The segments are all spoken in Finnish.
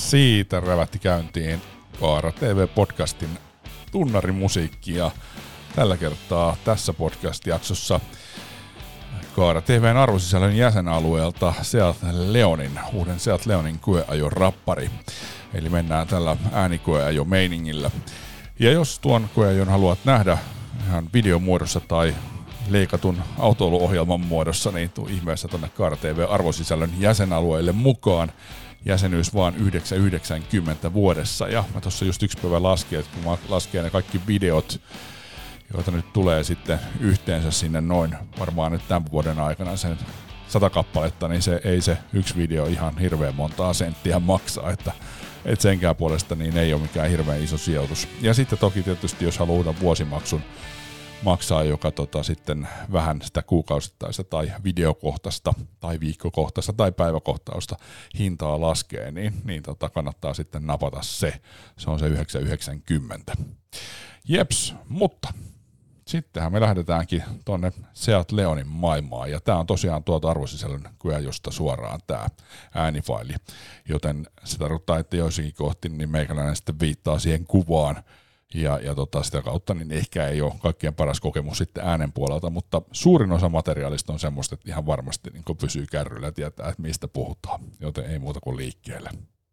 Siitä rävähti käyntiin Kaara TV-podcastin tunnarimusiikki ja tällä kertaa tässä podcast-jaksossa Kaara TV:n arvosisällön jäsenalueelta Seat Leonin, uuden Seat Leonin koeajon rappari. Eli mennään tällä äänikoeajo meiningillä. Ja jos tuon koeajon haluat nähdä ihan videomuodossa tai leikatun autoiluohjelman muodossa, niin tuu ihmeessä tuonne Kaara TV-arvosisällön jäsenalueelle mukaan. Jäsenyys vaan 9,90 vuodessa. Ja mä tossa just yksi päivä laskin, että kun mä lasken ne kaikki videot, joita nyt tulee sitten yhteensä sinne noin varmaan nyt tämän vuoden aikana sen 100 kappaletta, niin se yksi video ihan hirveän montaa senttiä maksaa, että senkään puolesta niin ei ole mikään hirveän iso sijoitus. Ja sitten toki tietysti jos haluaa uuden vuosimaksun maksaa, joka sitten vähän sitä kuukausittaista tai videokohtaista tai viikkokohtaista tai päiväkohtausta hintaa laskee, niin kannattaa sitten napata se. Se on se 9,90. Jeps, mutta sittenhän me lähdetäänkin tonne Seat Leonin maailmaan, ja tää on tosiaan tuolta arvosisällön koeajosta suoraan tää äänifaili, joten se tarkoittaa, että joissakin kohti niin meikäläinen sitten viittaa siihen kuvaan, ja sitä kautta niin ehkä ei ole kaikkien paras kokemus sitten äänen puolelta, mutta suurin osa materiaalista on semmoista, että ihan varmasti niin pysyy kärryllä ja tietää, että mistä puhutaan, joten ei muuta kuin liikkeelle.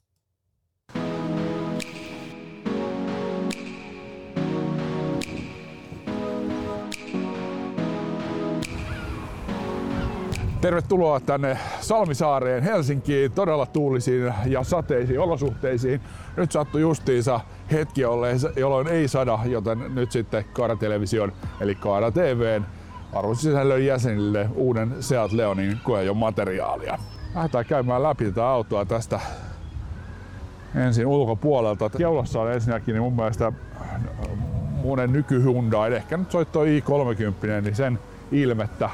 Tervetuloa tänne Salmisaareen Helsinkiin, todella tuulisiin ja sateisiin olosuhteisiin. Nyt sattui justiinsa hetki, jolloin ei sada, joten nyt sitten Kaara Television eli Kaara TV:n arvosisällön jäsenille uuden Seat Leonin koeajon materiaalia. Lähdetään käymään läpi tätä autoa tästä ensin ulkopuolelta. Keulassa on ensinnäkin niin mun mielestä monen nyky Hyundai, ehkä nyt soittoo i30, niin sen ilmettä.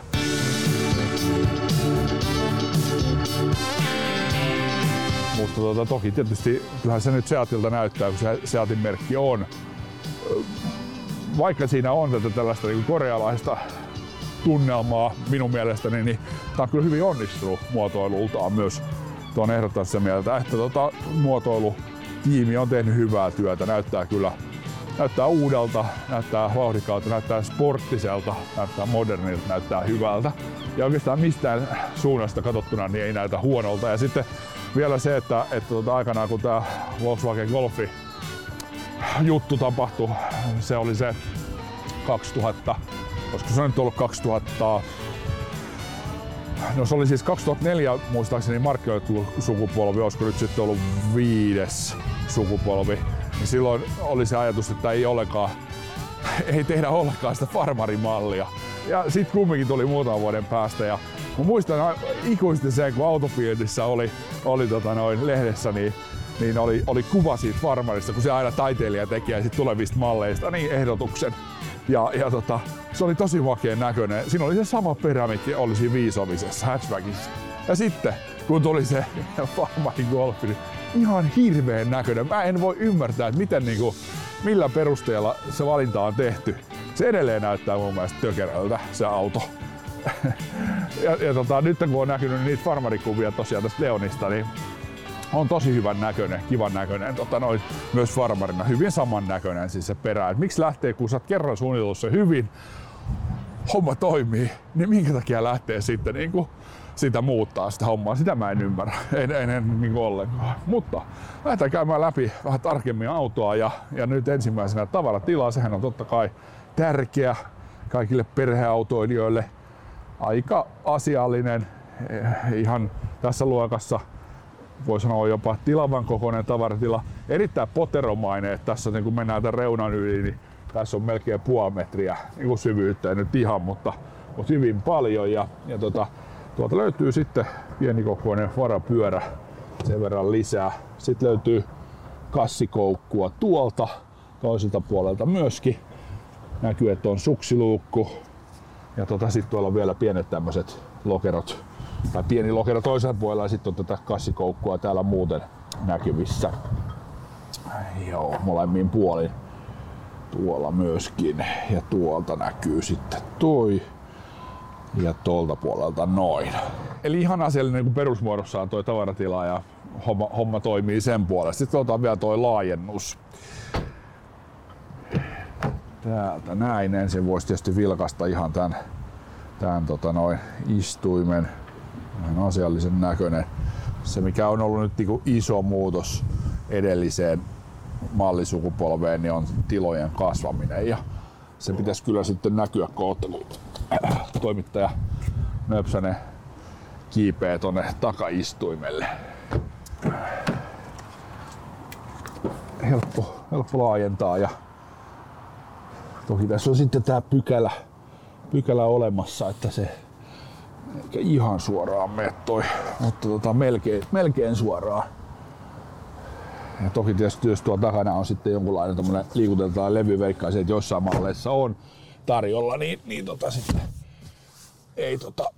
Mutta toki tietysti kyllähän se nyt Seatilta näyttää, kun se Seatin merkki on. Vaikka siinä on tätä tällaista niin korealaista tunnelmaa minun mielestäni, niin tämä on kyllä hyvin onnistunut muotoilultaan myös. Tuon ehdottomasti mieltä, että muotoilutiimi on tehnyt hyvää työtä. Näyttää uudelta, näyttää vauhdikkaalta, näyttää sporttiselta, näyttää modernilta, näyttää hyvältä. Ja oikeastaan mistään suunnasta katsottuna niin ei näytä huonolta. Ja sitten vielä se, että aikanaan kun tämä Volkswagen Golfi juttu tapahtui, se oli se 2000, olisiko se nyt ollut 2000, no se oli siis 2004 muistaakseni markkinoitu sukupolvi, olisiko nyt sitten ollut 5. sukupolvi, niin silloin oli se ajatus, että ei tehdä ollenkaan sitä farmarimallia. Ja sit kumminkin tuli muutaman vuoden päästä ja mä muistan ikuisesti sen, kun Autofieldissa oli lehdessä, niin oli kuva siitä farmarista, kun se aina taiteilija tekee sit tulevista malleista ehdotuksen. Ja se oli tosi makeen näköinen. Siinä oli se sama perä, mikä oli siinä viisomisessa hatchbackissa. Ja sitten, kun tuli se farmarin Golfi, niin ihan hirveän näköinen. Mä en voi ymmärtää, että millä perusteella se valinta on tehty. Se edelleen näyttää mun mielestä tökeröltä, se auto. ja nyt kun on näkynyt niitä farmarikuvia tosiaan tästä Leonista, niin on tosi hyvän näköinen, kivan näköinen. Myös farmarina hyvin saman näköinen siis se perä. Et miksi lähtee, kun sä oot kerran suunnitellut se hyvin, homma toimii, niin minkä takia lähtee sitten sitä muuttaa sitä hommaa? Sitä mä en ymmärrä, en ollenkaan. Mutta lähdetään käymään läpi vähän tarkemmin autoa ja nyt ensimmäisenä tavaratila. Sehän on totta kai tärkeä kaikille perheautoilijoille. Aika asiallinen, ihan tässä luokassa voi sanoa jopa tilavan kokoinen tavaratila. Erittäin poteromainen, että tässä kun mennään tämän reunan yli, niin tässä on melkein puoli metriä syvyyttä, ei nyt ihan, mutta hyvin paljon. Ja tuolta löytyy sitten pienikokoinen varapyörä sen verran lisää. Sitten löytyy kassikoukkua tuolta toiselta puolelta myöskin. Näkyy, että on suksiluukku. Ja sitten tuolla on vielä pienet tämmöiset lokerot. Tai pieni lokero toisella puolella ja sitten on tätä kassikoukkua täällä muuten näkyvissä. Joo, molemmin puolin. Tuolla myöskin. Ja tuolta näkyy sitten toi. Ja tuolta puolelta noin. Eli ihan asiallinen niin perusmuodossaan toi tavaratila ja homma toimii sen puolesta. Sitten otetaan vielä toi laajennus. Täältä näin. Ensin voisi tietysti vilkaista ihan tän istuimen. Vähän asiallisen näköinen. Se mikä on ollut nyt niinku iso muutos edelliseen mallisukupolveen, niin on tilojen kasvaminen. Ja se pitäisi kyllä sitten näkyä kohta, kun toimittaja Nöpsänen kiipee tonne takaistuimelle. Helppo laajentaa ja toki tässä on sitten tää pykälä olemassa, että se eikä ihan suoraan mene toi, mutta melkein suoraan. Ja toki tietysti jos tuolla takana on sitten jonkunlainen tommonen liikuteltava levy, veikkaisin, että jossain malleissa on tarjolla, niin sitten ei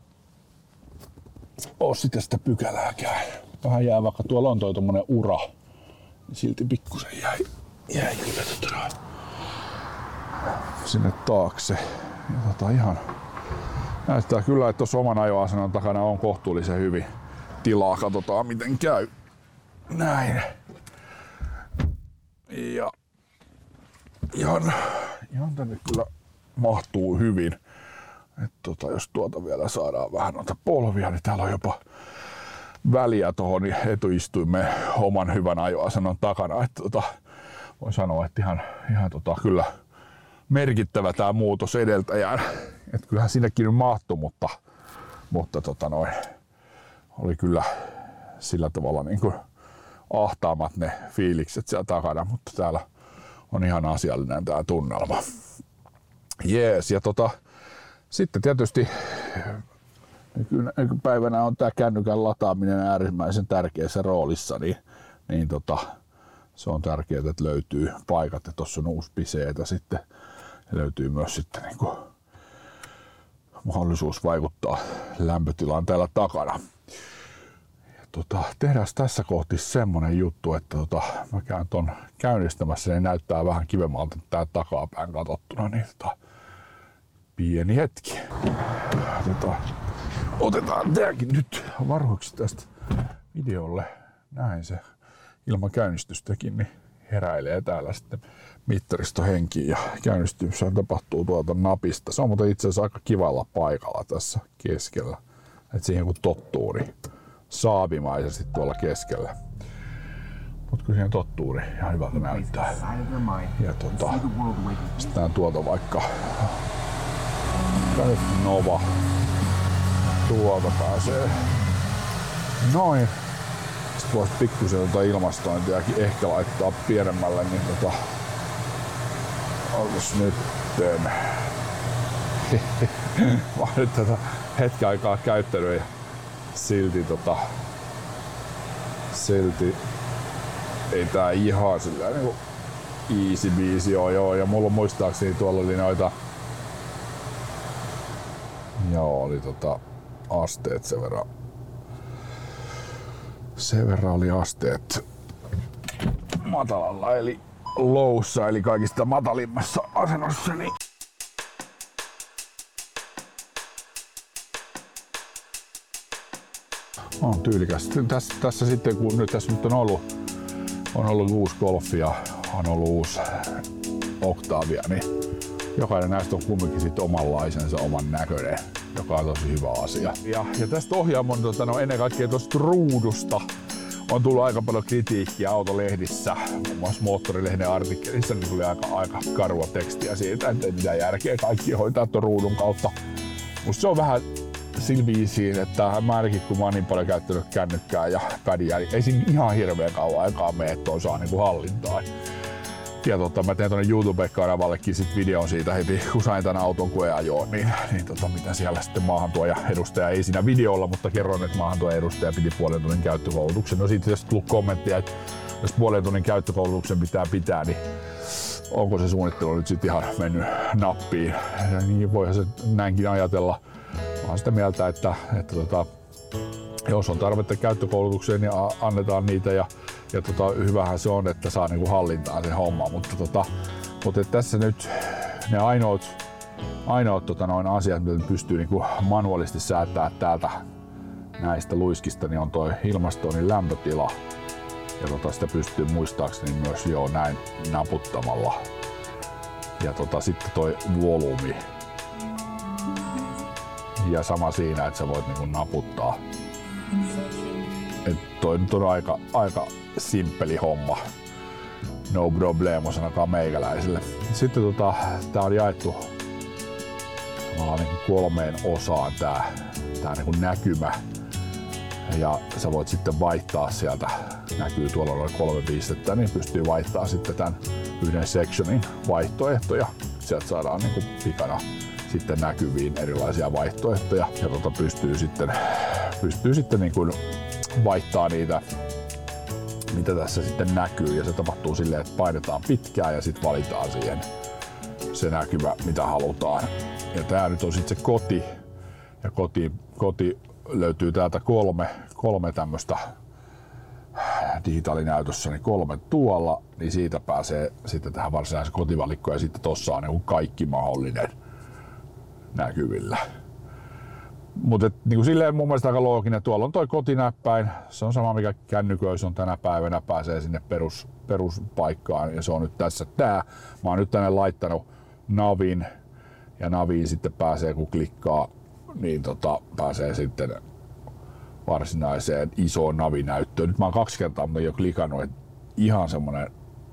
oo sitten sitä pykälääkään. Vähän jää, vaikka tuolla on toi tommonen ura, niin silti pikkusen jäi kyllä sinne taakse. Ja ihan näyttää kyllä, että tuossa oman ajoasennon takana on kohtuullisen hyvin tilaa. Katsotaan miten käy. Näin. Ja ihan tänne kyllä mahtuu hyvin. Jos tuota vielä saadaan vähän noita polvia, niin täällä on jopa väliä tuohon etuistuimeen oman hyvän ajoasennon takana. Voin sanoa, että ihan kyllä merkittävä tää muutos edeltäjään. Et kyllähän sinnekin nyt mahtui, mutta oli kyllä sillä tavalla niin kuin ahtaamat ne fiilikset siellä takana, mutta täällä on ihan asiallinen tää tunnelma. Jees, ja sitten tietysti nykypäivänä on tää kännykän lataaminen äärimmäisen tärkeässä roolissa, niin se on tärkeää, että löytyy paikat, ja tossa on USB-C, sitten löytyy myös sitten niinku mahdollisuus vaikuttaa lämpötilaan täällä takana. Ja tehdään tässä kohti semmonen juttu, että mä käyn ton käynnistämässä, niin näyttää vähän kivemmalta tää takapäin katsottuna, niin pieni hetki. Otetaan tääkin nyt varuiksi tästä videolle. Näin se ilman käynnistystäkin niin heräilee täällä sitten mittaristo henkiin ja käynnistys tapahtuu tuolta napista. Se on muuten itse asiassa aika kivalla paikalla tässä keskellä. Et siihen kun tottuu, niin saavimaisesti tuolla keskellä. Mut kyllä siihen tottuu, niin ihan hyvältä näyttää. Ja sitten tuolta vaikka Nova. Tuolta pääsee. Noin. Sitten voisi pikkusen ilmastointiakin ehkä laittaa pienemmälle, niin olis nytten. Mä oon nyt hetken aikaa käyttänyt ja silti ei tää ihan sillä niinku easy biisi oo, joo. Ja mulla muistaakseni tuolla oli noita oli asteet sen verran oli asteet matalalla eli lowssa eli kaikista matalimmassa asennossa, niin on tyylikäs. Tässä sitten kun nyt tässä nyt on ollut uusi Golf ja on ollut uusi Octavia, niin jokainen näistä on kumminkin sitten omanlaisensa, oman näköinen, joka on tosi hyvä asia. Ja tästä ohjaamon ennen kaikkea tuosta ruudusta on tullut aika paljon kritiikkiä autolehdissä. Muun muassa Moottorilehden artikkelissa niin tuli aika karua tekstiä siitä, että ei mitään järkeä kaikki hoitaa tuon ruudun kautta. Musta se on vähän silviisiin, että mä ainakin kun mä oon niin paljon käyttänyt kännykkää ja pädiä, niin ei siinä ihan hirveän kauan aikaa mene, että toi saa niinku hallintaa. Ja mä teen tuonne YouTube-kanavallekin sit videon siitä heti, kun sain tän auton koeajoon, niin mitä siellä sitten maahantuoja edustaja, ei siinä videolla, mutta kerron, että maahantuoja edustaja piti puolen tunnin käyttökoulutuksen. No siitä tietysti tullut kommenttia, että jos puolen tunnin käyttökoulutuksen pitää, niin onko se suunnittelu nyt sitten ihan mennyt nappiin. Ja niin voihan se näinkin ajatella. Mä oon sitä mieltä, että jos on tarvetta käyttökoulutukseen, niin annetaan niitä ja hyvähän se on, että saa niinku hallintaan sen homman, mutta tässä nyt ne ainoat asiat, mitä pystyy niinku manuaalisesti säätämään näistä luiskista niin on toi ilmastoinnin lämpötila. Ja sitä pystyy muistaakseni myös näin naputtamalla. Ja sitten toi volyymi. Ja sama siinä, että sä voit niinku naputtaa. Et toi nyt on aika simppeli homma. No problemos ainakaan meikäläisille. Sitten tää on jaettu niin 3 osaan tää niin kuin näkymä. Ja sä voit sitten vaihtaa sieltä, näkyy tuolla noin 3 pistettä, niin pystyy vaihtaa sitten tän yhden sectionin vaihtoehtoja. Sieltä saadaan niin kuin pikana sitten näkyviin erilaisia vaihtoehtoja ja pystyy sitten niin kuin vaihtaa niitä, mitä tässä sitten näkyy, ja se tapahtuu silleen, että painetaan pitkään ja sitten valitaan siihen se näkymä, mitä halutaan. Ja tää nyt on sitten se koti, ja koti löytyy täältä kolme tämmöstä digitaalinäytössä, niin 3 tuolla, niin siitä pääsee sitten tähän varsinaiseen kotivalikkoon, ja sitten tossa on niin kaikki mahdollinen näkyvillä. Mutta niin silleen mun mielestä aika looginen. Tuolla on toi kotinäppäin. Se on sama mikä kännyköissä on tänä päivänä. Pääsee sinne peruspaikkaan ja se on nyt tässä tää. Mä oon nyt tänne laittanut navin ja naviin sitten pääsee kun klikkaa, niin pääsee sitten varsinaiseen isoon navinäyttöön. Nyt mä oon 2 kertaa jo klikannut, että ihan semmonen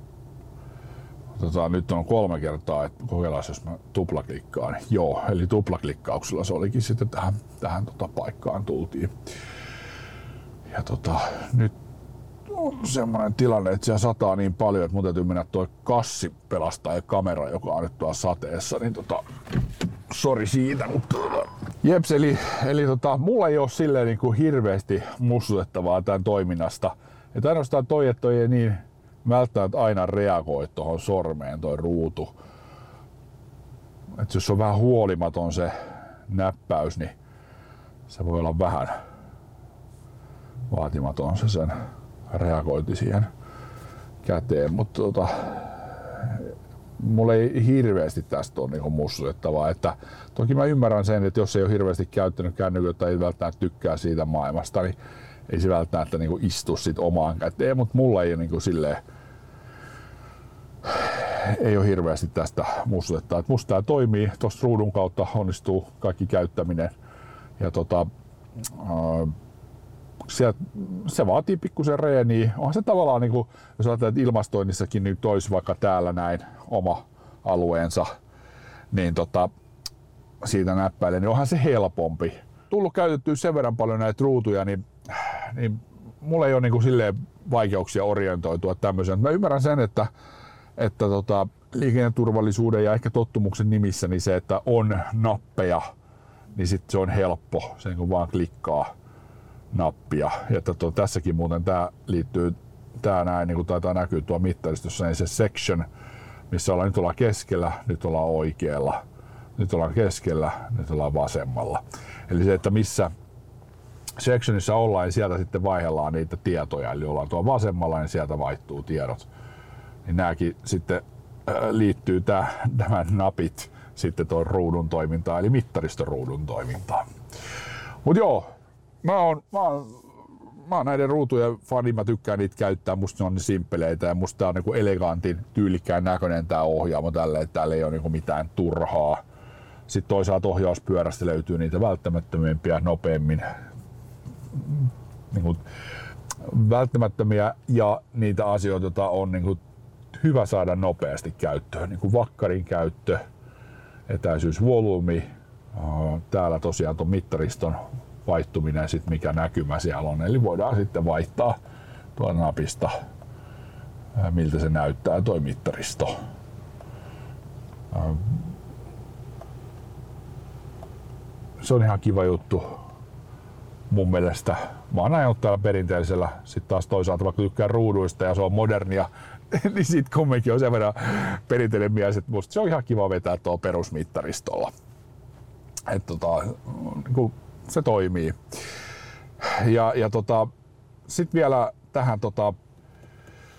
nyt on 3 kertaa, että kokeillaan jos mä tuplaklikkaan. Joo, eli tuplaklikkauksella se olikin sitten tähän paikkaan tultiin. Ja nyt on semmoinen tilanne, että siellä sataa niin paljon, että mun täytyy mennä toi kassi pelastaa ja kamera, joka on nyt tuolla sateessa, niin sori siitä, mutta jeps, eli mulla ei oo silleen niin kuin hirveästi mussutettavaa tämän toiminnasta. Että ainoastaan toi, että toi ei niin välttämättä aina reagoi tuohon sormeen toi ruutu. Et jos on vähän huolimaton se näppäys, niin se voi olla vähän vaatimaton se sen reagointi siihen käteen. Mutta mulla ei hirveästi tästä ole niinku mussutettavaa. Että toki mä ymmärrän sen, että jos ei ole hirveästi käyttänyt kännyköitä tai ei välttämättä tykkää siitä maailmasta, niin ei se välttämättä niinku istu sit omaan käteen, mutta mulla ei niinku silleen ei ole hirveästi tästä mussutetta. Et musta tää toimii, tosta ruudun kautta onnistuu kaikki käyttäminen ja se vaatii pikkusen reeniä. Onhan se tavallaan niinku, jos ajatellaan, että ilmastoinnissakin nyt olisi vaikka täällä näin oma alueensa, niin siitä näppäilen, niin onhan se helpompi. Tullut käytettyä sen verran paljon näitä ruutuja, niin mulla ei ole niinku silleen vaikeuksia orientoitua tämmöiseen. Mä ymmärrän sen, että liikenneturvallisuuden ja ehkä tottumuksen nimissä niin se, että on nappeja, niin sit se on helppo, sen kun vaan klikkaa nappia. Ja tässäkin muuten tää näin, niin kuin taitaa näkyä tuolla mittaristossa, niin se section, missä ollaan, nyt ollaan keskellä, nyt ollaan oikealla, nyt ollaan keskellä, nyt ollaan vasemmalla. Eli se, että missä sectionissa ollaan, niin sieltä sitten vaihdellaan niitä tietoja. Eli ollaan tuolla vasemmalla, niin sieltä vaihtuu tiedot. Niin nääkin sitten liittyy nämä napit sitten tuon ruudun toimintaan, eli mittariston ruudun toimintaan. Mut joo, mä oon näiden ruutujen fani, mä tykkään niitä käyttää, musta ne on niin simppeleitä ja musta tää on niinku elegantin, tyylikkään näköinen tää ohjaamo tälle, että täällä ei ole niinku mitään turhaa. Sitten toisaalta ohjauspyörästä löytyy niitä välttämättömimpiä nopeammin niinku välttämättömiä ja niitä asioita, joita on niinku hyvä saada nopeasti käyttöön, niin kuin vakkarin käyttö, etäisyys, volyymi, täällä tosiaan tuon mittariston vaihtuminen, sit mikä näkymä siellä on, eli voidaan sitten vaihtaa tuon napista, miltä se näyttää tuo mittaristo. Se on ihan kiva juttu mun mielestä. Mä oon ajanut täällä perinteisellä, sit taas toisaalta vaikka tykkään ruuduista ja se on modernia, niin sit kumminkin on sen verran perinteinen mies, että musta se on ihan kiva vetää tuolla perusmittaristolla. Että se toimii. Ja sit vielä tähän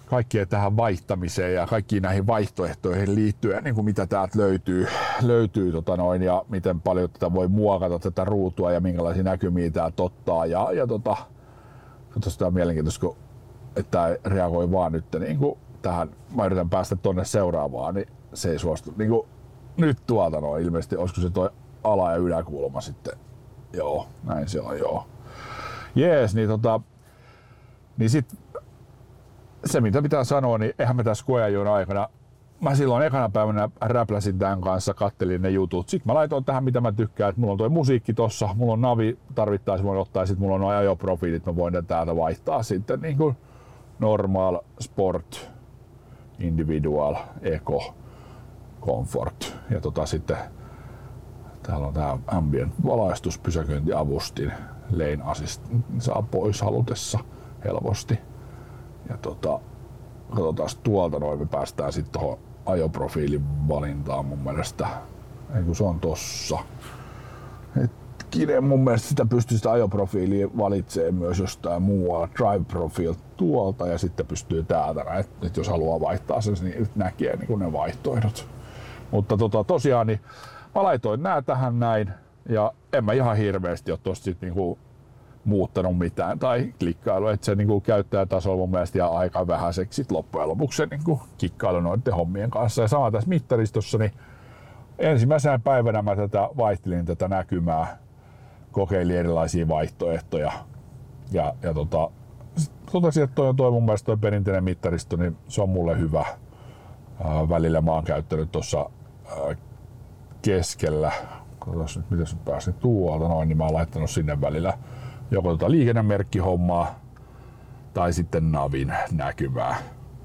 kaikkeen tähän vaihtamiseen ja kaikkiin näihin vaihtoehtoihin liittyen, niin kuin mitä täältä löytyy ja miten paljon tätä voi muokata tätä ruutua ja minkälaisia näkymiä täältä ottaa. Tuosta on mielenkiintoista, että tämä reagoi vaan nyt niin kuin tähän. Mä yritän päästä tonne seuraavaan, niin se ei suostu. Niin kuin nyt tuolta ilmeisesti, olisiko se toi ala- ja yläkulma sitten. Joo, näin se on, joo. Jees, niin sit se mitä pitää sanoa, niin eihän me tässä koeajon aikana, mä silloin ekana päivänä räpläsin tämän kanssa, kattelin ne jutut. Sitten mä laitoin tähän mitä mä tykkään, että mulla on toi musiikki tossa, mulla on navi tarvittaessa voin ottaa ja sit mulla on nuo ajoprofiilit, mä voin täältä vaihtaa sitten niin kuin normal, sport, individual, eco, comfort ja sitten täällä on tää ambient valaistus, pysäköintiavustin, lane assist saa pois halutessa helposti. Ja katsotaan tuolta noin, me päästään sitten tuohon ajoprofiilin valintaan mun mielestä. Eiku se on tossa. Hetkinen, mun mielestä sitä pystyy sitä ajoprofiilia valitsemaan myös jostain muualla. Drive profile tuolta ja sitten pystyy täältä. Et jos haluaa vaihtaa sen, niin näkee niin ne vaihtoehdot. Mutta tosiaan niin mä laitoin nää tähän näin ja en mä ihan hirveästi ole tosta sit niinku muuttanut mitään tai klikkailu, että se niinku käyttäjätasolla mun mielestä jää aika vähäiseksi sit loppujen lopuksi se niinku kikkailu noiden hommien kanssa. Ja sama tässä mittaristossa, niin ensimmäisenä päivänä mä vaihtelin tätä näkymää, kokeilin erilaisia vaihtoehtoja ja totesin, että toi mun mielestä toi perinteinen mittaristo, niin se on mulle hyvä. Välillä mä oon käyttänyt tuossa keskellä, katsotaan nyt miten se pääsin tuolta noin, niin mä oon laittanut sinne välillä joko liikennemerkkihommaa tai sitten navin näkymää.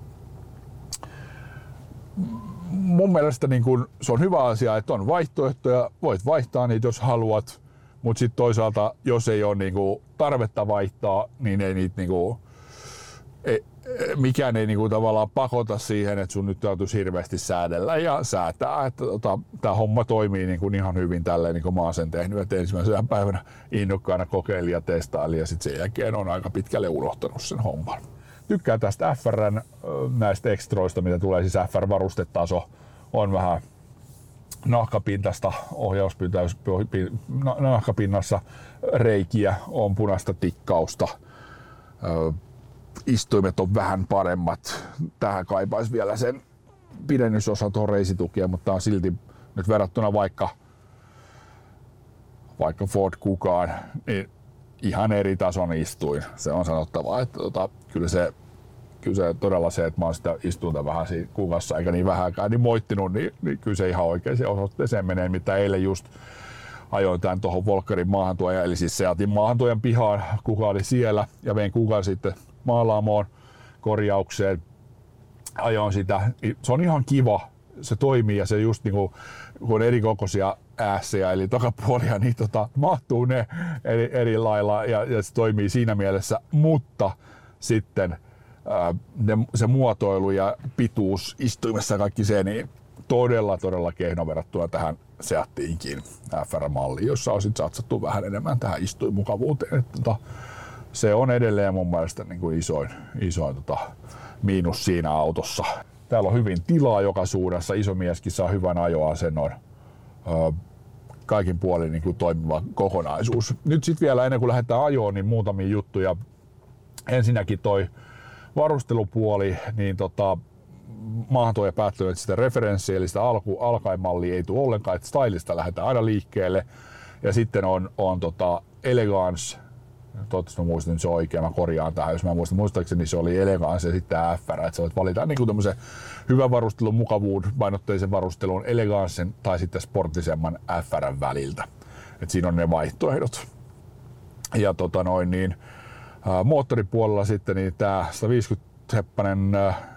Mun mielestä niin kun, se on hyvä asia, että on vaihtoehtoja, voit vaihtaa niitä jos haluat, mutta sitten toisaalta jos ei ole niin kun tarvetta vaihtaa, niin ei niitä niin kun, mikään ei niinku tavallaan pakota siihen, että sun nyt täytyisi hirveästi säädellä ja säätää, että tämä homma toimii niinku ihan hyvin tälleen, niin kuin mä oon sen tehnyt, että ensimmäisenä päivänä innokkaana kokeilin ja testailin ja sitten sen jälkeen on aika pitkälle unohtanut sen homman. Tykkään tästä FR:n näistä ekstroista, mitä tulee, siis FR-varustetaso on vähän nahkapintasta, nahkapinnassa reikiä, on punaista tikkausta. Istuimet on vähän paremmat. Tähän kaipaisi vielä sen pidennysosa tuohon reisitukia, mutta tää on silti nyt verrattuna vaikka Ford Kugaan, niin ihan eri tason istuin. Se on sanottava, että kyllä se todella se, että mä oon sitä istuinta vähän siinä Kugassa eikä niin vähänkään niin moittinut, niin kyllä se ihan oikein osoitteeseen menee, mitä eilen just ajoin tämän tuohon Volkkarin maahantuojan, eli siis Seatin maahantuojan pihaan, Kuga oli siellä ja vein Kugan sitten Maalaamoon korjaukseen. Ajoin sitä. Se on ihan kiva. Se toimii ja se just niinku, kun on eri kokoisia äässejä eli takapuolia, niin mahtuu ne eri lailla ja se toimii siinä mielessä, mutta sitten se muotoilu ja pituus istuimessa ja kaikki se, niin todella kehno verrattuna tähän Seattiinkin FR-malliin, jossa on satsattu vähän enemmän tähän istuinmukavuuteen. Se on edelleen mun mielestä niin kuin isoin miinus siinä autossa. Täällä on hyvin tilaa joka suunnassa, iso mieskin saa hyvän ajoasennon. Kaikin puolin niin kuin toimiva kokonaisuus. Nyt sitten vielä ennen kuin lähdetään ajoon, niin muutamia juttuja. Ensinnäkin toi varustelupuoli, niin maahantuoja päättyy, että sitä referenssiä eli sitä alkainmallia ei tule ollenkaan, että stylista lähdetään aina liikkeelle. Ja sitten on Elegance. Toivottavasti mä muistan, että se on oikein, mä korjaan tähän, jos mä muistan, muistaakseni se oli Elegance ja sitten FR, että sä voit valita niin tämmöisen hyvän varustelun, mukavuuden, painotteisen varustelun Elegancen tai sitten sporttisemman FRn väliltä. Et siinä on ne vaihtoehdot. Ja moottoripuolella sitten niin tää 150-heppanen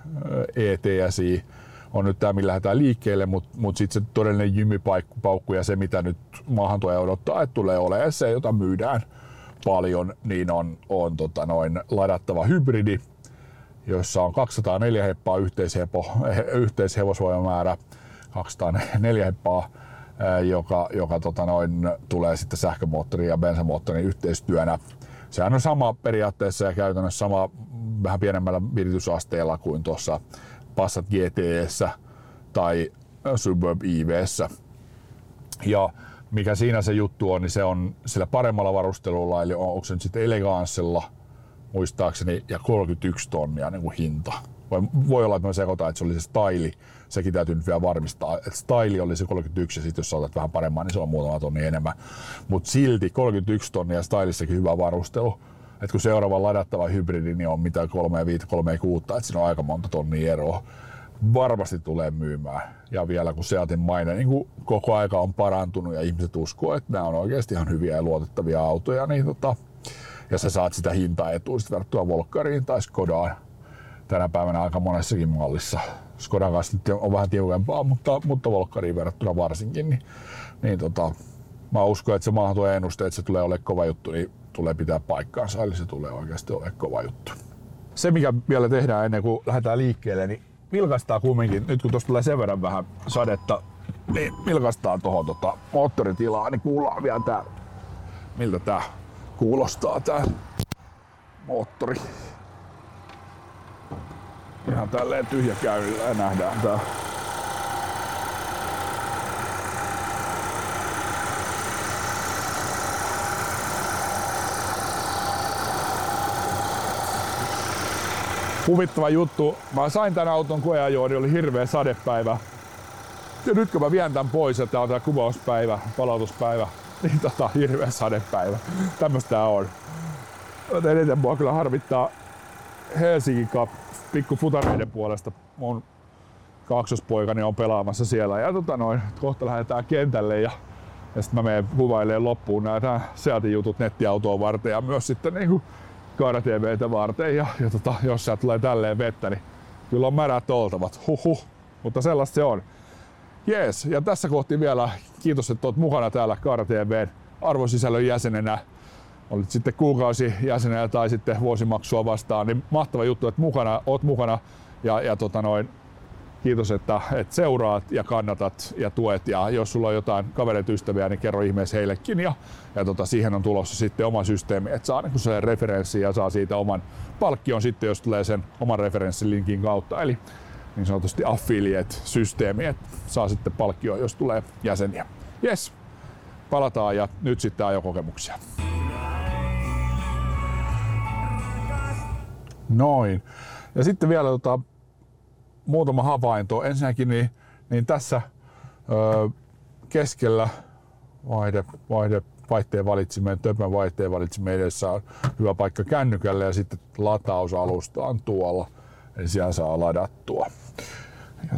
ETSI on nyt tää, millä lähdetään liikkeelle, mutta sitten se todellinen jymipaukku ja se, mitä nyt maahantuoja odottaa, että tulee olemaan se, jota myydään paljon, niin on ladattava hybridi, jossa on 204 heppaa yhteishevosvoimamäärä, 204 heppaa, joka tulee sitten sähkömoottorin ja bensamoottorin yhteistyönä. sehän on sama periaatteessa ja käytännössä sama vähän pienemmällä viritysasteella kuin tuossa Passat GT:ssä tai Suburb EV:ssä. Ja mikä siinä se juttu on, niin se on sillä paremmalla varustelulla, eli onko se nyt sitten Elegancella muistaakseni, ja 31 tonnia niin kuin hinta. Voi olla, että mä sekoitan, että se oli se Style, sekin täytyy nyt vielä varmistaa, että Style oli se 31 ja sitten jos sä otat vähän paremman, niin se on muutama tonni enemmän. Mutta silti 31 tonnia ja Stylissakin hyvä varustelu. Et kun seuraava ladattava hybridi niin on mitä 3.5, 3.6, että siinä on aika monta tonnia eroa. Varmasti tulee myymään. Ja vielä kun Seatin maine niin koko aika on parantunut ja ihmiset uskoo, että nämä on oikeasti ihan hyviä ja luotettavia autoja, niin ja sä saat sitä hintaetua verrattuna Volkkariin tai Skodaan tänä päivänä aika monessakin mallissa. Skodan kanssa nyt on vähän tiukempaa, mutta Volkkariin verrattuna varsinkin. Niin mä uskon, että se maahan tuo ennuste, että se tulee olemaan kova juttu, niin tulee pitää paikkaansa, eli se tulee oikeasti olemaan kova juttu. Se mikä vielä tehdään ennen kuin lähdetään liikkeelle, niin vilkaistaan kumminkin, nyt kun tuossa tulee sen verran vähän sadetta, niin vilkaistaan tuohon moottoritilaa, niin kuullaan vielä tää, miltä tää kuulostaa tää moottori. Ihan tälleen tyhjäkäynnillä ja nähdään tää. Huvittava juttu. Mä sain tän auton koeajoon, niin oli hirveä sadepäivä. Ja nyt kun mä vien tän pois, ja tää on tää kuvauspäivä, palautuspäivä, niin hirveä sadepäivä. Tämmöstä tää on. Eniten mua kyllä harvittaa Helsingin Cup pikku futareiden puolesta. Mun kaksospoikani on pelaamassa siellä ja kohta lähdetään kentälle ja sitten mä menen kuvailemaan loppuun näitä Seatin jutut nettiautoa varten ja myös sitten niinku Kaara TV:tä varten ja jos sieltä tulee tälleen vettä, niin kyllä on märät oltavat. Mutta sellaista se on. Jees, ja tässä kohti vielä kiitos, että olet mukana täällä Kaara TV:n arvosisällön jäsenenä. Olit sitten kuukausi jäsenenä tai sitten vuosimaksua vastaan, niin mahtava juttu, että oot mukana ja kiitos, että seuraat ja kannatat ja tuet ja jos sulla on jotain kavereita ystäviä, niin kerro ihmeessä heillekin ja siihen on tulossa sitten oma systeemi, että saa niin se referenssi ja saa siitä oman palkkion sitten, jos tulee sen oman referenssilinkin kautta, eli niin sanotusti affiliate-systeemi, että saa sitten palkkio, jos tulee jäseniä. Jes, palataan ja nyt sitten ajokokemuksia. Noin. Ja sitten vielä muutama havainto. Ensinnäkin niin tässä keskellä vaihteen valitsimen, töpön vaihteen valitsimen edessä on hyvä paikka kännykälle ja sitten latausalusta on tuolla. Eli siellä saa ladattua. Ja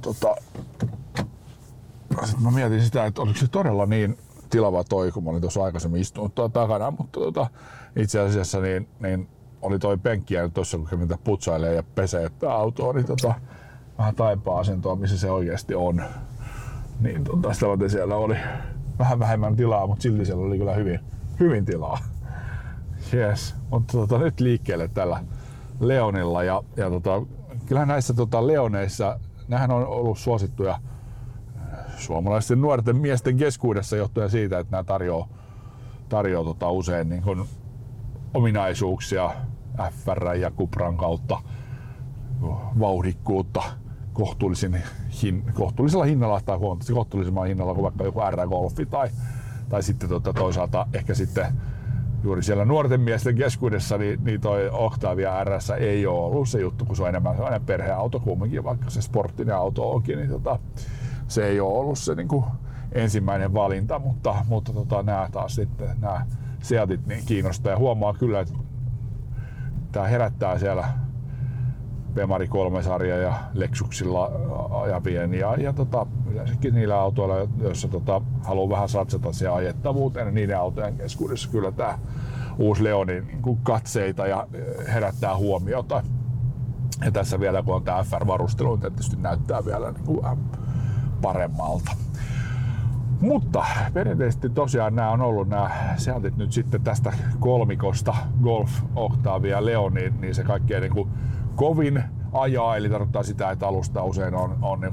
sitten mä mietin sitä, että oliko se todella niin tilava toi, kun mä olin tuossa aikaisemmin istunut takana, mutta itse asiassa niin oli toi penkki ja tuossa kun kävin putsailee ja pesee autoa, niin vähän taipaa asentoa, missä se oikeasti on. Niin sitä varten siellä oli vähän vähemmän tilaa, mutta silti siellä oli kyllä hyvin tilaa. Yes. Mutta nyt liikkeelle tällä Leonilla ja kyllähän näissä Leoneissa, nämähän on ollut suosittuja suomalaisten nuorten miesten keskuudessa johtuen siitä, että nämä tarjoaa usein niin kuin ominaisuuksia FR ja Cupran kautta, vauhdikkuutta kohtuullisella hinnalla tai huomattavasti kohtuullisemmalla hinnalla kuin vaikka joku R-Golfi tai sitten toisaalta ehkä sitten juuri siellä nuorten miesten keskuudessa niin toi Octavia RS ei ole ollut se juttu, kun se on enemmän sellainen perheauto kumminkin, vaikka se sporttinen auto onkin, niin se ei ole ollut se niin kuin ensimmäinen valinta, mutta nämä taas sitten nämä Seatit niin kiinnostaa ja huomaa kyllä, että tämä herättää siellä Bemari 3-sarja ja Lexuksilla ajavien ja yleensäkin niillä autoilla, joissa haluaa vähän satsata siihen ajettavuuteen, niin niiden autojen keskuudessa kyllä tämä uusi Leoni niin katseita ja herättää huomiota. Ja tässä vielä kun on tämä FR-varustelu, niin tietysti näyttää vielä niin kuin vähän paremmalta. Mutta perinteisesti tosiaan nämä on ollut nämä Seatit nyt sitten tästä kolmikosta Golf, Octavia ja Leon, niin se kaikkein niin kuin kovin ajaa, eli tarkoittaa sitä, että alusta usein on niin kuin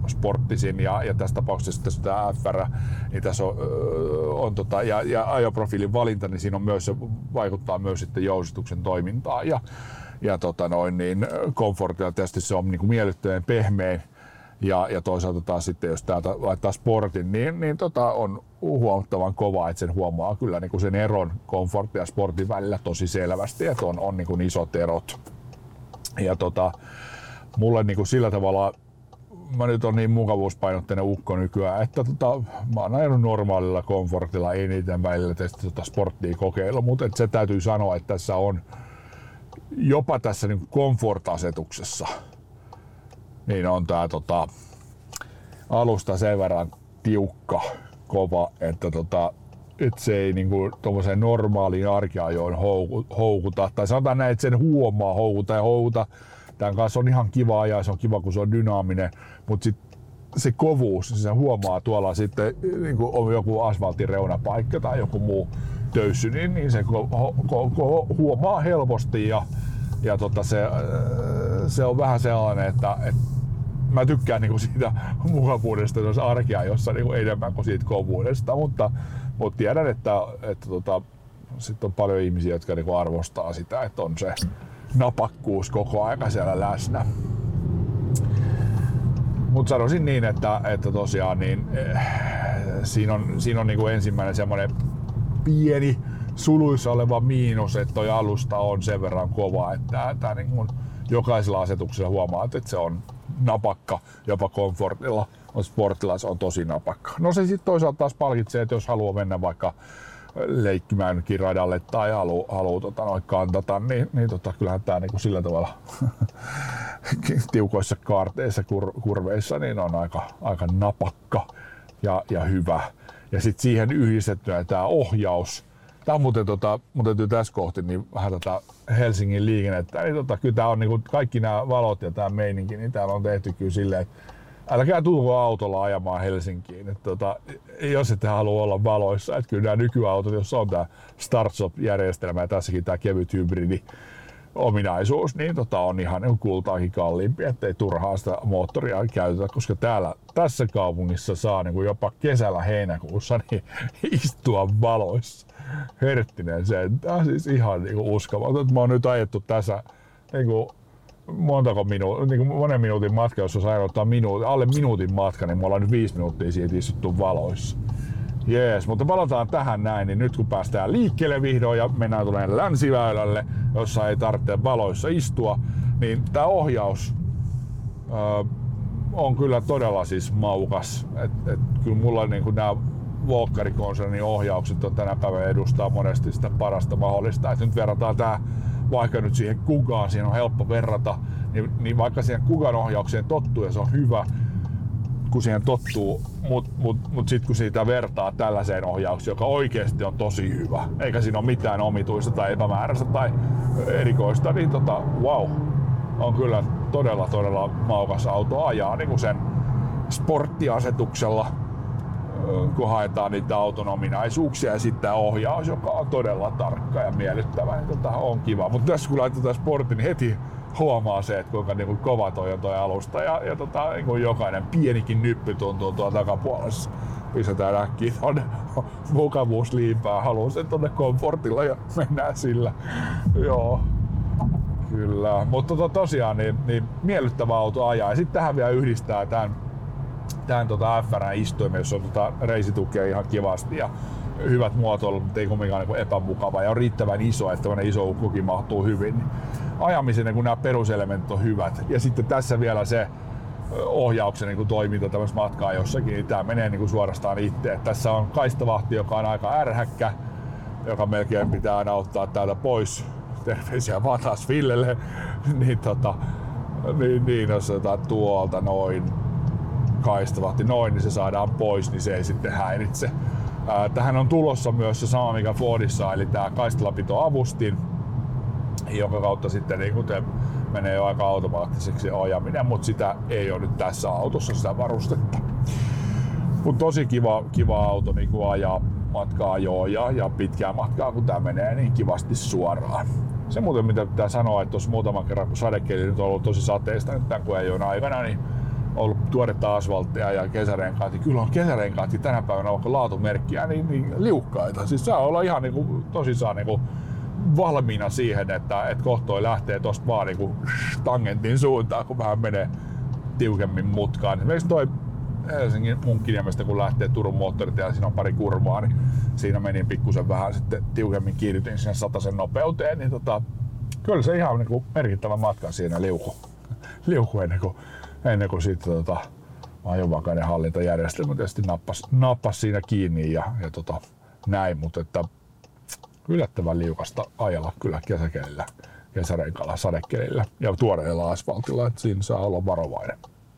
sporttisin ja tässä tapauksessa tässä tämä FR, niin tässä on ja ajoprofiilin valinta, niin siinä on myös, se vaikuttaa myös sitten jousituksen toimintaan ja niin komfortilla tietysti se on niin kuin miellyttävän pehmeä ja toisaalta taas sitten jos täältä laittaa sportin, niin on huomattavan kova, että sen huomaa kyllä niin kuin sen eron komfortin ja sportin välillä tosi selvästi, että on niin kuin isot erot. Ja mulle niin kuin sillä tavalla, mä nyt on niin mukavuuspainotteinen ukko nykyään, että mä oon ajanut normaalilla komfortilla eniten välillä tietysti sporttia kokeilla, mutta se täytyy sanoa, että tässä on jopa tässä niin komfort-asetuksessa niin on tää alusta sen verran tiukka, kova, että se ei niinku tommoseen normaaliin arkiajoon houkuta. Tai sanotaan näin, että sen huomaa houkuta. Tän kanssa on ihan kiva ajaa, se on kiva kun se on dynaaminen, mutta sit se kovuus, se huomaa tuolla sitten, niinku on joku asfaltin reunapaikka tai joku muu töyssy, niin se huomaa helposti ja se on vähän sellainen, että mä tykkään niinku siitä mukavuudesta tuossa arkiajossa niinku enemmän kuin siitä kovuudesta, mutta tiedän, että sit on paljon ihmisiä, jotka niinku arvostaa sitä, että on se napakkuus koko ajan siellä läsnä. Mutta sanoisin niin, että tosiaan niin, siinä on niinku ensimmäinen semmoinen pieni suluissa oleva miinus, että toi alusta on sen verran kova, että tää niinku jokaisella asetuksella huomaa, että se on napakka, jopa komfortilla, mutta sportilla se on tosi napakka. No se sitten toisaalta taas palkitsee, että jos haluaa mennä vaikka leikkimäänkin radalle tai haluaa kantata, niin kyllähän tää niinku sillä tavalla tiukoissa kaarteissa, kurveissa, niin on aika napakka ja hyvä. Ja sitten siihen yhdistettynä tää ohjaus. Tää on muuten, mun täytyy tässä kohti niin vähän Helsingin liikennettä. Niin kyllä tää on niinku, kaikki nämä valot ja tää meininki, niin täällä on tehty kyllä silleen, että älkää tulko autolla ajamaan Helsinkiin. Jos ette halua olla valoissa, että kyllä nämä nykyautot, jos on tää Start-Stop-järjestelmä ja tässäkin tää kevyt hybridi ominaisuus, niin on ihan niin kultaakin kalliimpi, ettei turhaa sitä moottoria käytetä, koska tässä kaupungissa saa niin jopa kesällä heinäkuussa niin istua valoissa. Herttinen sentään, siis ihan niin uskomaton. Mä oon nyt ajettu tässä niin monen minuutin matka, jos on ottaa alle minuutin matka, niin me ollaan nyt 5 minuuttia siitä istuttu valoissa. Jees, mutta palataan tähän näin, niin nyt kun päästään liikkeelle vihdoin ja mennään tuonne länsiväylälle, jossa ei tarvitse valoissa istua, niin tää ohjaus on kyllä todella siis maukas. Kyllä mulla niin nämä Walkari-konsernin ohjaukset on tänä päivänä edustaa monesti sitä parasta mahdollista. Et nyt verrataan tää vaikka nyt siihen Kugaan, siinä on helppo verrata, niin vaikka siihen Kugan ohjaukseen tottuu ja se on hyvä, kun siihen tottuu, mut sit kun siitä vertaa tällaiseen ohjaukseen, joka oikeesti on tosi hyvä, eikä siinä ole mitään omituista tai epämääräistä tai erikoista, niin wow, on kyllä todella maukas auto ajaa niin kuin sen sporttiasetuksella, kun haetaan niitä auton ominaisuuksia ja sitten ohjaus, joka on todella tarkka ja miellyttävä, niin on kiva. Mutta tässä kun laitetaan sportti, niin heti huomaa se, että kuinka niin kova toi on toi alusta ja niin jokainen pienikin nyppy tuntuu tuolla takapuolessa. Pistetään äkkiä tonne mukavuusliipään, haluan sen tonne komfortilla ja mennään sillä. Joo, kyllä. Mutta tosiaan niin miellyttävä auto ajaa ja sitten tähän vielä yhdistää tämän FR-istuimen, jossa on reisitukea ihan kivasti ja hyvät muotoilut, mutta ei kumminkaan niin epämukava ja on riittävän iso, että tämmöinen iso ukkokin mahtuu hyvin. Niin ajamisen, kun nämä peruselementit on hyvät ja sitten tässä vielä se ohjauksen niin toiminta tämmöisessä matkaa jossakin, niin tämä menee niin suorastaan itse. Tässä on kaistavahti, joka on aika ärhäkkä, joka melkein pitää aina ottaa täältä pois. Terveisiä vaan taas Villelle. niin jos otetaan tuolta noin kaistavahti noin, niin se saadaan pois, niin se ei sitten häiritse. Tähän on tulossa myös se sama mikä Fordissa, eli tämä kaistalapitoavustin, jonka kautta sitten niin menee jo aika automaattiseksi ajaminen, mutta sitä ei ole nyt tässä autossa sitä varustetta. Mutta tosi kiva auto niin ajaa matkaa ja pitkää matkaa, kun tämä menee niin kivasti suoraan. Se muuten mitä pitää sanoa, että tuossa muutaman kerran kun sadekeli nyt on ollut tosi sateista nyt tämän kuun aikana, niin ollut tuoretta asfalttia ja kesärenkaat. Kyllä on kesärenkaat tänä päivänä vaikka laatumerkkiä niin liukkaita. Siis saa olla ihan niinku, tosissaan niinku valmiina siihen, että kohtoi lähtee tosta vaan niinku tangentin suuntaan, kun vähän menee tiukemmin mutkaan. Esimerkiksi toi Helsingin Munkkiniemestä, kun lähtee Turun moottoritie ja siinä on pari kurvaa, niin siinä meni pikkusen vähän sitten tiukemmin, kiihdytin sinne 100 nopeuteen, niin kyllä se ihan niinku merkittävä matka siinä liuku ennen kuin sitten ajonvakainen hallintajärjestelmä tietysti nappas siinä kiinni ja näin, mutta että yllättävän liukasta ajella kyllä kesäkelillä, kesärenkaalla, sadekelillä ja tuoreella asfaltilla, että siinä saa olla varovainen.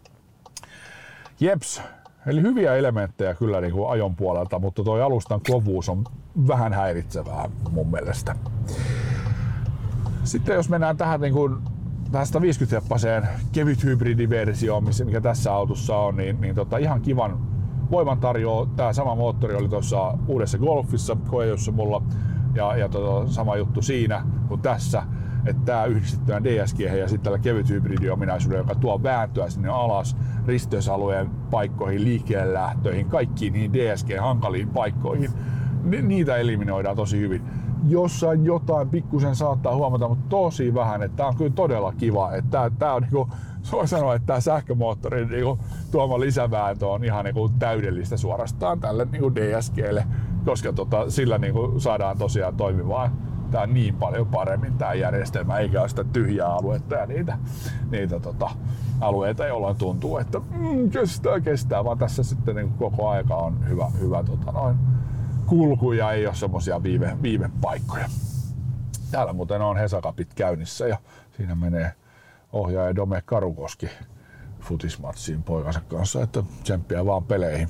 Jeps, eli hyviä elementtejä kyllä niin kuin ajon puolelta, mutta tuo alustan kovuus on vähän häiritsevää mun mielestä. Sitten jos mennään tähän niin kuin 150-heppaseen kevyt hybridiversioon, mikä tässä autossa on, niin ihan kivan voiman tarjoaa. Tämä sama moottori oli tuossa uudessa Golfissa koeajossa mulla ja sama juttu siinä kuin tässä. Että tämä yhdistettynä DSG:hen ja sitten tällä kevyt hybridiominaisuudella, joka tuo vääntöä sinne alas risteysalueen paikkoihin, liikkeelle lähtöihin, kaikkiin niihin DSG-hankaliin paikkoihin, niitä eliminoidaan tosi hyvin. Jossain jotain pikkusen saattaa huomata, mutta tosi vähän, että tämä on kyllä todella kiva. Että tämä on niinku, voi sanoa, että tämä sähkömoottorin niinku tuoma lisävääntö on ihan niinku täydellistä suorastaan tälle niinku DSG:lle, koska sillä niinku saadaan tosiaan toimimaan tää niin paljon paremmin tää järjestelmä, eikä ole sitä tyhjää aluetta ja niitä alueita, joilla tuntuu, että kestää, vaan tässä sitten niin koko aika on hyvä kulku ja ei ole semmosia viivepaikkoja. Täällä muuten on Hesakapit käynnissä ja siinä menee ohjaaja Dome Karukoski futismatsiin poikansa kanssa, että tsemppiä vaan peleihin.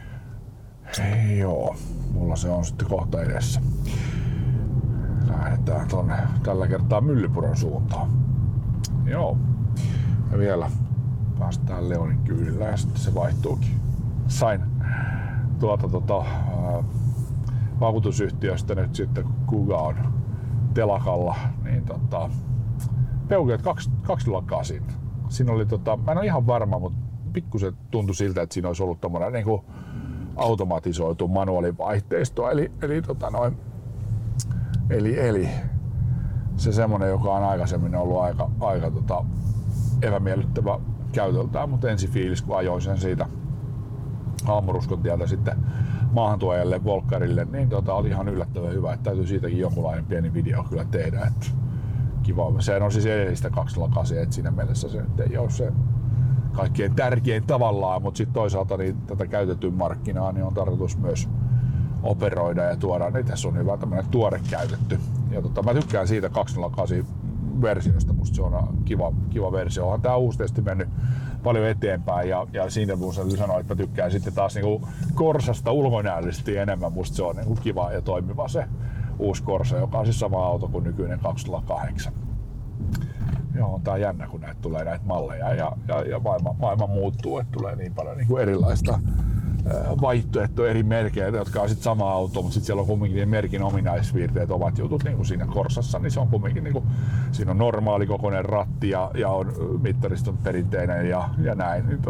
Joo, mulla se on sitten kohta edessä. Lähdetään tonne tällä kertaa Myllypuron suuntaan. Joo. Ja vielä päästään Leonin kyydillä ja sitten se vaihtuukin. Sain vakuutusyhtiöstä nyt sitten, kun Kuga on telakalla, niin Peugeot 208. Siinä oli mä en ole ihan varma, mutta pikkusen tuntui siltä, että siinä olisi ollut tommonen niinku automatisoitu manuaalivaihteisto, Eli se semmonen, joka on aikaisemmin ollut aika epämiellyttävä käytöltään, mutta ensifiilis kun ajoin sen siitä Aamuruskon tieltä sitten maahantuojalle Volkkarille, niin oli ihan yllättävän hyvä, että täytyy siitäkin jonkunlainen pieni video kyllä tehdä, että kiva. Se on siis edellistä 208, että siinä mielessä se ei ole se kaikkein tärkein tavallaan, mutta sitten toisaalta niin tätä käytetyn markkinaa niin on tarkoitus myös operoida ja tuoda, niin tässä on hyvä tämmönen tuore käytetty. Ja mä tykkään siitä 208 versiosta, musta se on kiva versio. Onhan tää uusi testi mennyt paljon eteenpäin ja siinä mun täytyy sanoa, että mä tykkään sitten taas niinku Corsasta ulkonäöllisesti enemmän. Musta se on niinku kiva ja toimiva se uusi Corsa, joka on siis sama auto kuin nykyinen 208. Joo, on tää jännä, kun näitä tulee näitä malleja ja maailma muuttuu, että tulee niin paljon niinku erilaista vaihtoehtoja eri merkeitä, jotka on sit sama auto, mutta sitten siellä on kumminkin merkin ominaisviirteet, omat jutut niin kuin siinä Corsassa, niin se on kumminkin niin kuin, siinä on normaali kokoinen ratti ja on mittariston perinteinen ja näin. Niin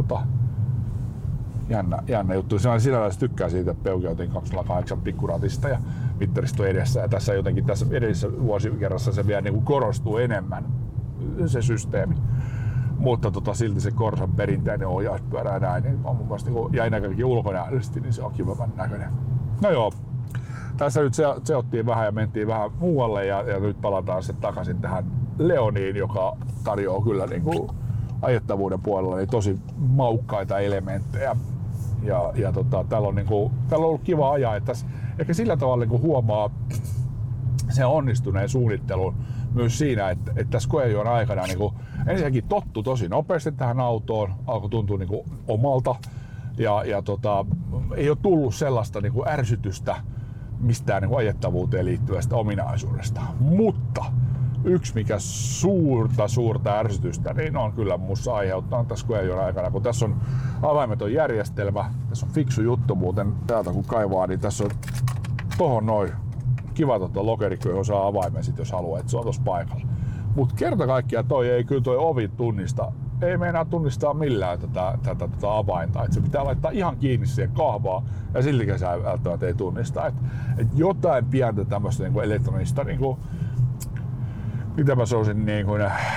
jännä juttu. Sinällään tykkää siitä Peugeotin 208 pikkuratista ja mittaristo edessä. Ja tässä jotenkin tässä edellisessä vuosikerrassa se vielä niin kuin korostuu enemmän se systeemi. Mutta silti se Corsan perinteinen ohjauspyörä ja näin, niin on mun mielestä ja ennen kaikkea ulkonäöllisesti, niin se on kivan näköinen. No joo, tässä nyt seottiin vähän ja mentiin vähän muualle ja nyt palataan sitten takaisin tähän Leoniin, joka tarjoaa kyllä niin kuin ajettavuuden puolella niin tosi maukkaita elementtejä. Ja täällä on ollut kiva ajaa, että ehkä sillä tavalla niin kuin huomaa sen onnistuneen suunnittelun myös siinä, että tässä koeajon aikana niin ensinnäkin tottu tosi nopeasti tähän autoon, alkoi tuntua niin omalta ja ei ole tullut sellaista niin ärsytystä mistään niin ajettavuuteen liittyvästä ominaisuudesta. Mutta yksi mikä suurta ärsytystä niin on kyllä minussa aiheuttanut tässä koeajon aikana, kun tässä on avaimeton järjestelmä, tässä on fiksu juttu muuten täältä kun kaivaa, niin tässä on tohon noin kiva lokerikko, johon saa avaimen sit, jos haluaa, että se on tossa paikalla. Mut kerta kaikkiaan toi ovi tunnista ei meinaa tunnistaa millään tätä avainta. Et se pitää laittaa ihan kiinni siihen kahvaan ja siltikään sä välttämättä ei tunnista. Et jotain pientä tämmöistä niinku elektronista, niinku, mitä mä sanoisin, niinku,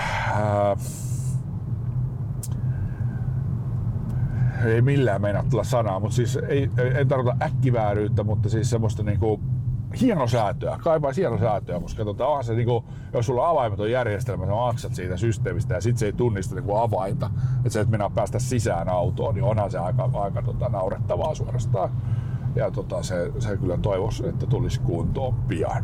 ei millään meinaa tulla sanaa, mutta siis ei tarkoita äkkivääryyttä, mutta siis semmoista niinku hienosäätöä, kaipaisi hienosäätöä, koska onhan se niinku, jos sulla on avaimeton järjestelmä, sä maksat siitä systeemistä ja sit se ei tunnista niinku avainta, että sä et mennä päästä sisään autoon, niin onhan se aika naurettavaa suorastaan. Ja se kyllä toivoisi, että tulisi kuntoon pian.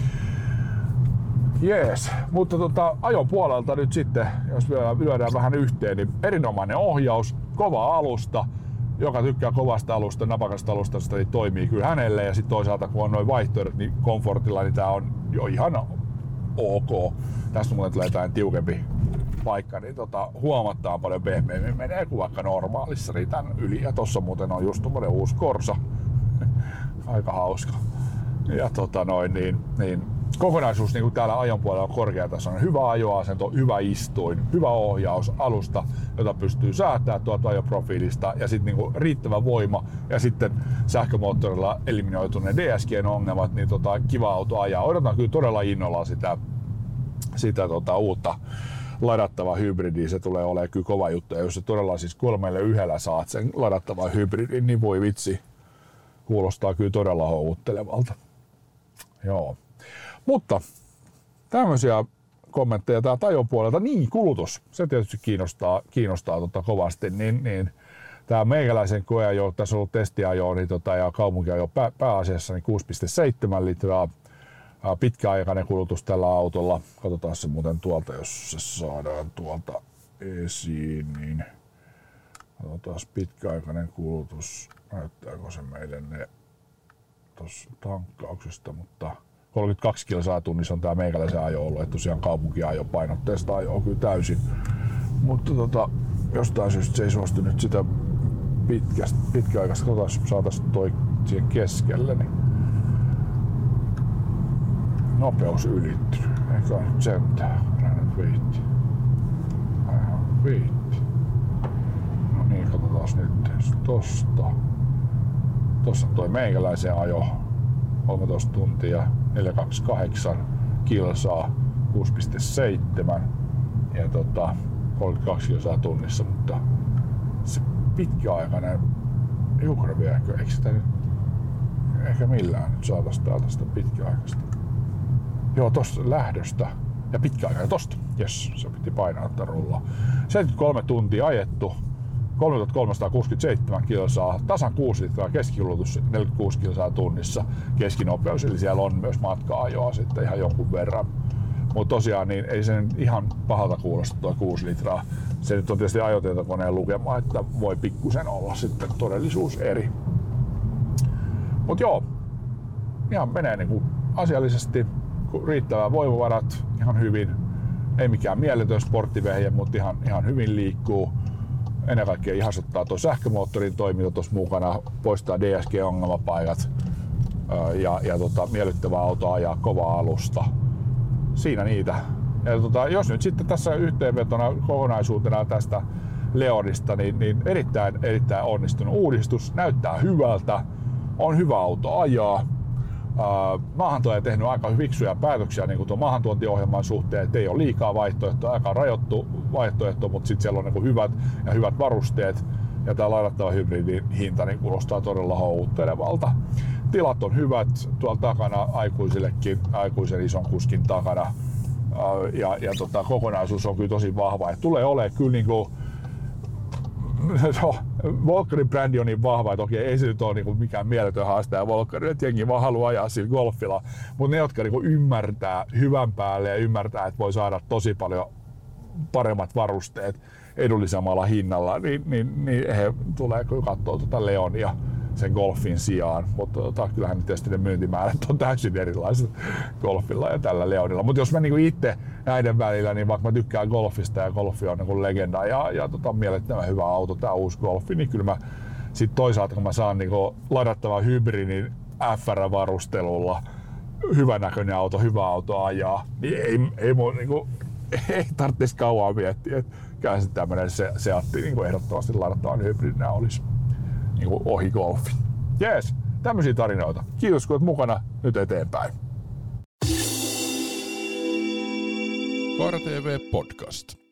Jees, mutta ajon puolelta nyt sitten, jos vielä lyödään vähän yhteen, niin erinomainen ohjaus, kova alusta, joka tykkää kovasta alusta, napakasta alustasta, niin toimii kyllä hänelle. Ja sitten toisaalta kun on noin vaihtoehdot niin komfortilla, niin tää on jo ihan ok. Tästä mulle tulee jotain tiukempi paikka, niin huomattavasti paljon pehmeämmin menee kuin vaikka normaalissa tän yli. Ja tossa muuten on just tommonen uusi Corsa. Aika hauska. Ja niin kokonaisuus niin kuin täällä ajon puolella on korkeatasoinen. Hyvä ajoasento, hyvä istuin, hyvä ohjaus, alusta, jota pystyy säätämään tuolta ajoprofiilista ja sitten niin riittävä voima ja sitten sähkömoottorilla eliminoitu ne DSG:n ongelmat, niin kiva auto ajaa. Odotan kyllä todella innolla sitä uutta ladattavaa hybridiä. Se tulee olemaan kyllä kova juttu. Ja jos se todella siis 3.1 saat sen ladattavan hybridin, niin voi vitsi, kuulostaa kyllä todella houkuttelevalta. Joo. Mutta tämmöisiä kommentteja täältä ajon puolelta. Niin, kulutus. Se tietysti kiinnostaa kovasti. Niin, tää meikäläisen koeajo, tässä on ollut testiajo niin ja kaupunkiajo pääasiassa niin 6,7 litraa. Pitkäaikainen kulutus tällä autolla. Katsotaan se muuten tuolta, jos se saadaan tuolta esiin. Niin katsotaan pitkäaikainen kulutus. Näyttääkö se meille ne tuossa tankkauksesta, mutta 32 kilsaa tunnissa on tää meikäläisen ajo ollut, että tosiaan kaupunkiajo painotteesta ajo on kyllä täysin. Mutta jostain syystä se ei suostu nyt sitä pitkäaikaista, saataisiin toi siihen keskelle, niin nopeus ylittynyt. Eikä nyt sentään. Älä viitti. No niin, katsotaan nyt tosta. Tossa on toi meikäläisen ajo. 13 tuntia, 428 kilsaa, 6,7 ja 32 kilsaa tunnissa, mutta se pitkäaikainen hiukan vieläkö, eikö sitä nyt ehkä millään nyt saataisi täältä sitä pitkäaikaista. Joo, tosta lähdöstä ja pitkäaikainen tosta, jes, se piti painaa, että rullaa. 73 tuntia ajettu. 3367 kilsaa, tasan 6 litraa, keskikulutus 46 kilsaa tunnissa, keskinopeus, eli siellä on myös matka-ajoa sitten ihan jonkun verran. Mutta tosiaan niin ei se ihan pahalta kuulosta tuo 6 litraa. Se nyt on tietysti ajotietokoneen lukema, että voi pikkusen olla sitten todellisuus eri. Mut joo, ihan menee niinku asiallisesti, riittävää voimavarat, ihan hyvin. Ei mikään mieletön sporttivehje, mutta ihan hyvin liikkuu. Ennen kaikkea ihasottaa tuo sähkömoottorin toiminta tuossa mukana, poistaa DSG-ongelmapaikat ja miellyttävä auto ajaa kovaa alusta. Siinä niitä. Ja jos nyt sitten tässä yhteenvetona kokonaisuutena tästä Leonista, niin erittäin onnistunut uudistus, näyttää hyvältä, on hyvä auto ajaa. Maahantuoja on tehnyt aika fiksuja päätöksiä niin tuon maahantuontiohjelman suhteen, että ei ole liikaa vaihtoehtoja, aika rajoittu vaihtoehto, mutta sitten siellä on niin hyvät varusteet ja tämä ladattava hybridin hinta niin kuulostaa todella houkuttelevalta. Tilat on hyvät tuolla takana aikuisillekin, aikuisen ison kuskin takana ja kokonaisuus on kyllä tosi vahva ja tulee olemaan kyllä niinku Volkkarin brändi on niin vahva, että okei, ei se nyt ole niinku mikään mieletön haastaja Volkkarille, että jengi vaan haluaa ajaa sillä golfilla. Mutta ne, jotka niinku ymmärtää hyvän päälle ja ymmärtää, että voi saada tosi paljon paremmat varusteet edullisemmalla hinnalla, niin he tulee kyllä katsoa tuota Leonia sen golfin sijaan. Mutta kyllähän tietysti ne myyntimäärät on täysin erilaiset golfilla ja tällä Leonilla. Mutta jos mä niinku itse näiden välillä, niin vaikka mä tykkään golfista ja golfi on niinku legenda ja mielettömän hyvä auto, tää uusi golfi, niin kyllä mä sit toisaalta kun mä saan niinku ladattavan hybridin FR-varustelulla, hyvänäköinen auto, hyvä auto ajaa, niin ei mun niinku ei tarvitsisi kauan miettiä. tykkään tämmönen Seatti niin ehdottomasti ladataan hybridinä olisi niin ohi golfin. Jees, tämmöisiä tarinoita. Kiitos kun olet mukana, nyt eteenpäin. Kaara TV Podcast.